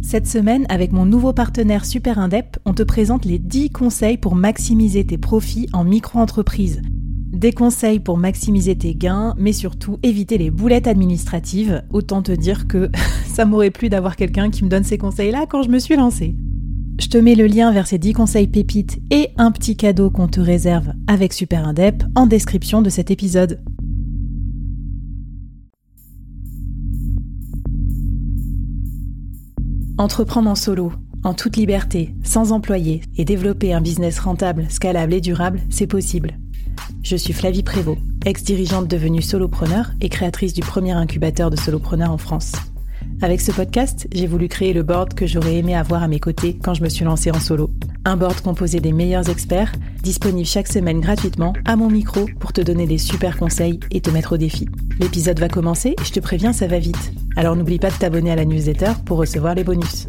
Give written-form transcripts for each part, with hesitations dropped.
Cette semaine, avec mon nouveau partenaire Super Indep, on te présente les 10 conseils pour maximiser tes profits en micro-entreprise. Des conseils pour maximiser tes gains, mais surtout éviter les boulettes administratives. Autant te dire que ça m'aurait plu d'avoir quelqu'un qui me donne ces conseils-là quand je me suis lancée. Je te mets le lien vers ces 10 conseils pépites et un petit cadeau qu'on te réserve avec Super Indep en description de cet épisode. Entreprendre en solo, en toute liberté, sans employé et développer un business rentable, scalable et durable, c'est possible. Je suis Flavie Prévost, ex-dirigeante devenue solopreneur et créatrice du premier incubateur de solopreneurs en France. Avec ce podcast, j'ai voulu créer le board que j'aurais aimé avoir à mes côtés quand je me suis lancée en solo. Un board composé des meilleurs experts, disponible chaque semaine gratuitement à mon micro pour te donner des super conseils et te mettre au défi. L'épisode va commencer et je te préviens, ça va vite. Alors n'oublie pas de t'abonner à la newsletter pour recevoir les bonus.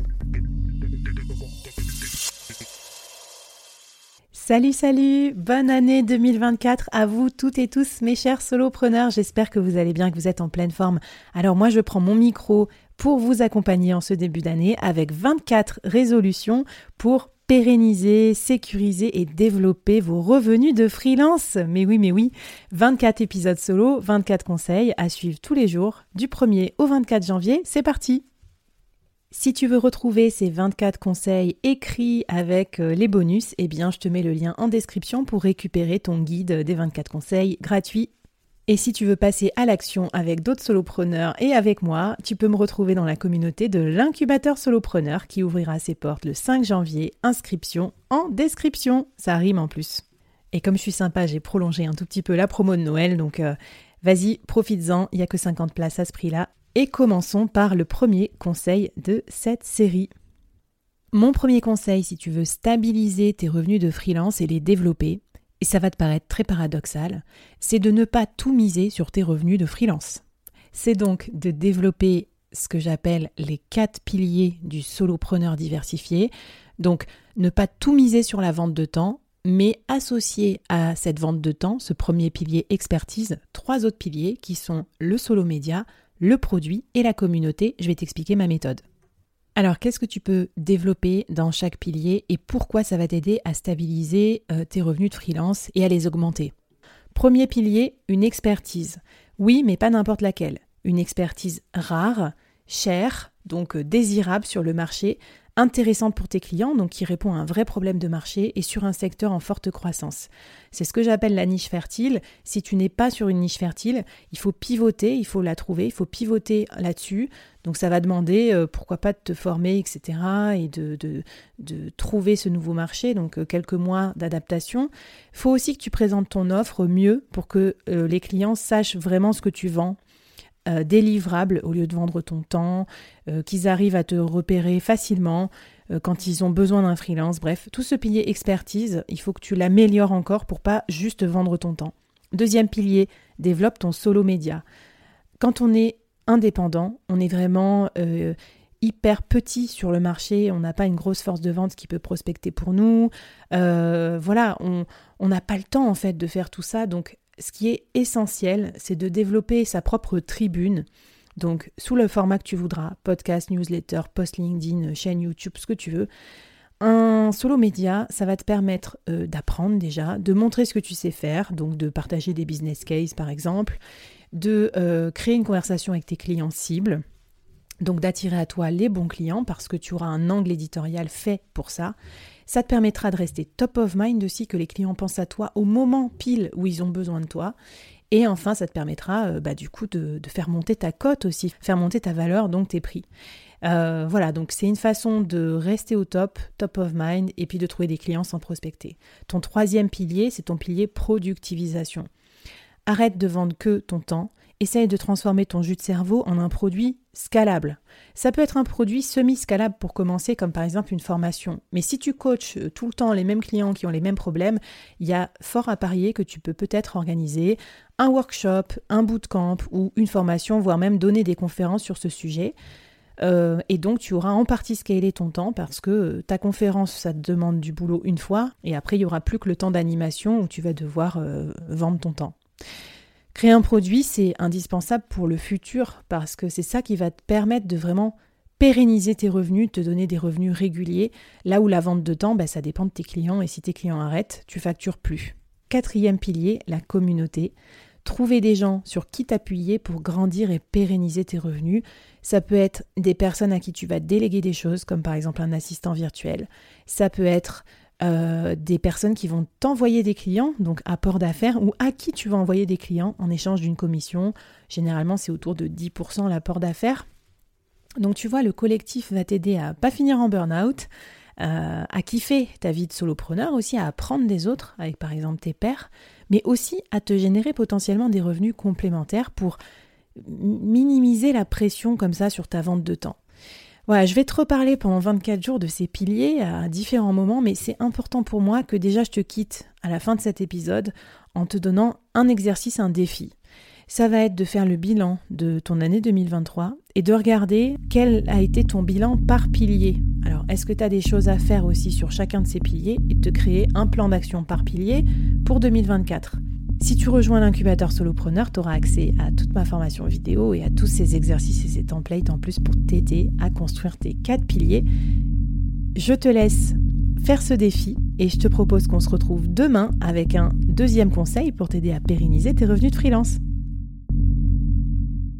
Salut, bonne année 2024 à vous toutes et tous mes chers solopreneurs, j'espère que vous allez bien, que vous êtes en pleine forme. Alors moi je prends mon micro pour vous accompagner en ce début d'année avec 24 résolutions pour pérenniser, sécuriser et développer vos revenus de freelance. Mais oui, 24 épisodes solo, 24 conseils à suivre tous les jours du 1er au 24 janvier, c'est parti! Si tu veux retrouver ces 24 conseils écrits avec les bonus, eh bien je te mets le lien en description pour récupérer ton guide des 24 conseils gratuit. Et si tu veux passer à l'action avec d'autres solopreneurs et avec moi, tu peux me retrouver dans la communauté de l'incubateur solopreneur qui ouvrira ses portes le 5 janvier. Inscription en description, ça rime en plus. Et comme je suis sympa, j'ai prolongé un tout petit peu la promo de Noël, donc vas-y, profites-en, il n'y a que 50 places à ce prix-là. Et commençons par le premier conseil de cette série. Mon premier conseil, si tu veux stabiliser tes revenus de freelance et les développer, et ça va te paraître très paradoxal, c'est de ne pas tout miser sur tes revenus de freelance. C'est donc de développer ce que j'appelle les 4 piliers du solopreneur diversifié. Donc, ne pas tout miser sur la vente de temps, mais associer à cette vente de temps, ce premier pilier expertise, 3 autres piliers qui sont le solo média, le produit et la communauté. Je vais t'expliquer ma méthode. Alors, qu'est-ce que tu peux développer dans chaque pilier et pourquoi ça va t'aider à stabiliser tes revenus de freelance et à les augmenter? Premier pilier, une expertise. Oui, mais pas n'importe laquelle. Une expertise rare, chère, donc désirable sur le marché, intéressante pour tes clients, donc qui répond à un vrai problème de marché et sur un secteur en forte croissance. C'est ce que j'appelle la niche fertile. Si tu n'es pas sur une niche fertile, il faut pivoter, il faut la trouver, il faut pivoter là-dessus. Donc ça va demander, pourquoi pas de te former, etc. et de trouver ce nouveau marché, donc quelques mois d'adaptation. Il faut aussi que tu présentes ton offre mieux pour que les clients sachent vraiment ce que tu vends. Des livrables au lieu de vendre ton temps, qu'ils arrivent à te repérer facilement quand ils ont besoin d'un freelance. Bref, tout ce pilier expertise, il faut que tu l'améliores encore pour pas juste vendre ton temps. Deuxième pilier, développe ton solo média. Quand on est indépendant, on est vraiment hyper petit sur le marché, on n'a pas une grosse force de vente qui peut prospecter pour nous. Voilà, on n'a pas le temps en fait de faire tout ça, donc ce qui est essentiel, c'est de développer sa propre tribune, donc sous le format que tu voudras, podcast, newsletter, post LinkedIn, chaîne YouTube, ce que tu veux. Un solo média, ça va te permettre d'apprendre déjà, de montrer ce que tu sais faire, donc de partager des business cases par exemple, de créer une conversation avec tes clients cibles, donc d'attirer à toi les bons clients parce que tu auras un angle éditorial fait pour ça. Ça te permettra de rester top of mind aussi, que les clients pensent à toi au moment pile où ils ont besoin de toi. Et enfin, ça te permettra du coup de faire monter ta cote aussi, faire monter ta valeur, donc tes prix. Voilà, donc c'est une façon de rester au top of mind, et puis de trouver des clients sans prospecter. Ton troisième pilier, c'est ton pilier productivisation. Arrête de vendre que ton temps. Essaye de transformer ton jus de cerveau en un produit scalable. Ça peut être un produit semi-scalable pour commencer, comme par exemple une formation. Mais si tu coaches tout le temps les mêmes clients qui ont les mêmes problèmes, il y a fort à parier que tu peux peut-être organiser un workshop, un bootcamp ou une formation, voire même donner des conférences sur ce sujet. Et donc tu auras en partie scalé ton temps parce que ta conférence, ça te demande du boulot une fois et après il n'y aura plus que le temps d'animation où tu vas devoir vendre ton temps. Créer un produit, c'est indispensable pour le futur parce que c'est ça qui va te permettre de vraiment pérenniser tes revenus, te donner des revenus réguliers, là où la vente de temps, ça dépend de tes clients et si tes clients arrêtent, tu factures plus. 4e pilier, la communauté. Trouver des gens sur qui t'appuyer pour grandir et pérenniser tes revenus. Ça peut être des personnes à qui tu vas déléguer des choses, comme par exemple un assistant virtuel. Ça peut être des personnes qui vont t'envoyer des clients, donc apport d'affaires, ou à qui tu vas envoyer des clients en échange d'une commission. Généralement, c'est autour de 10% l'apport d'affaires. Donc tu vois, le collectif va t'aider à pas finir en burn-out, à kiffer ta vie de solopreneur, aussi à apprendre des autres, avec par exemple tes pairs, mais aussi à te générer potentiellement des revenus complémentaires pour minimiser la pression comme ça sur ta vente de temps. Voilà, je vais te reparler pendant 24 jours de ces piliers à différents moments, mais c'est important pour moi que déjà je te quitte à la fin de cet épisode en te donnant un exercice, un défi. Ça va être de faire le bilan de ton année 2023 et de regarder quel a été ton bilan par pilier. Alors, est-ce que tu as des choses à faire aussi sur chacun de ces piliers et de te créer un plan d'action par pilier pour 2024 ? Si tu rejoins l'incubateur solopreneur, tu auras accès à toute ma formation vidéo et à tous ces exercices et ces templates en plus pour t'aider à construire tes 4 piliers. Je te laisse faire ce défi et je te propose qu'on se retrouve demain avec un 2e conseil pour t'aider à pérenniser tes revenus de freelance.